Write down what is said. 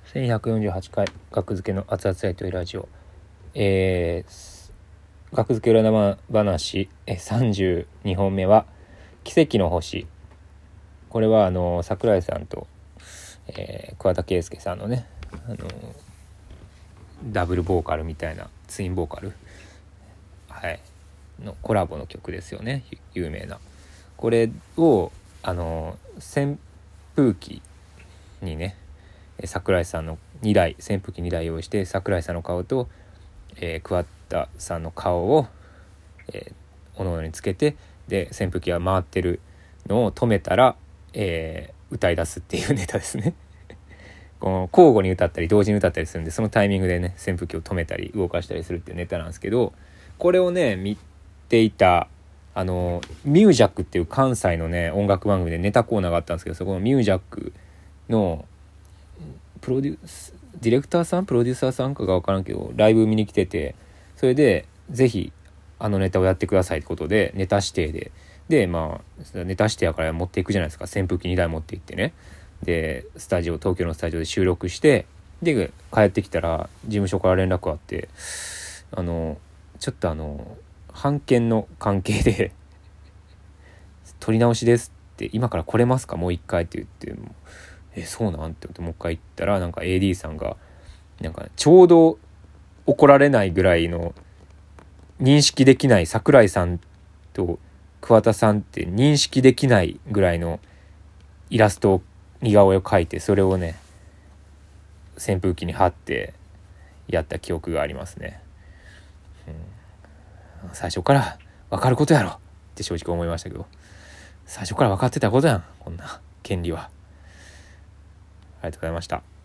1148回学付けの熱々やりとりラジオ、学付け占話32本目は奇跡の星。これは桜井さんと、桑田佳祐さんのねダブルボーカルみたいなツインボーカル、のコラボの曲ですよね。有名なこれを扇風機にね桜井さんの扇風機2台用意して桜井さんの顔と、桑田さんの顔を、おのおのにつけて、で扇風機が回ってるのを止めたら、歌い出すっていうネタですねこの交互に歌ったり同時に歌ったりするんで、そのタイミングでね扇風機を止めたり動かしたりするっていうネタなんですけど、これをね見ていたミュージャックっていう関西のね音楽番組でネタコーナーがあったんですけど、そこのミュージャックのディレクターさんプロデューサーさんかが分からんけどライブ見に来てて、それでぜひネタをやってくださいってことでネタ指定でまあネタ指定やから持っていくじゃないですか。扇風機2台持って行ってね、で東京のスタジオで収録して、で帰ってきたら事務所から連絡あって、ちょっと版権の関係で撮り直しですって、今から来れますかもう一回って言って、そうなんって言ってもう一回行ったら、なんか AD さんがなんかちょうど怒られないぐらいの認識できない、桜井さんと桑田さんって認識できないぐらいのイラスト似顔絵を描いて、それをね扇風機に貼ってやった記憶がありますね。最初から分かることやろって正直思いましたけど、最初から分かってたことやんこんな権利は。ありがとうございました。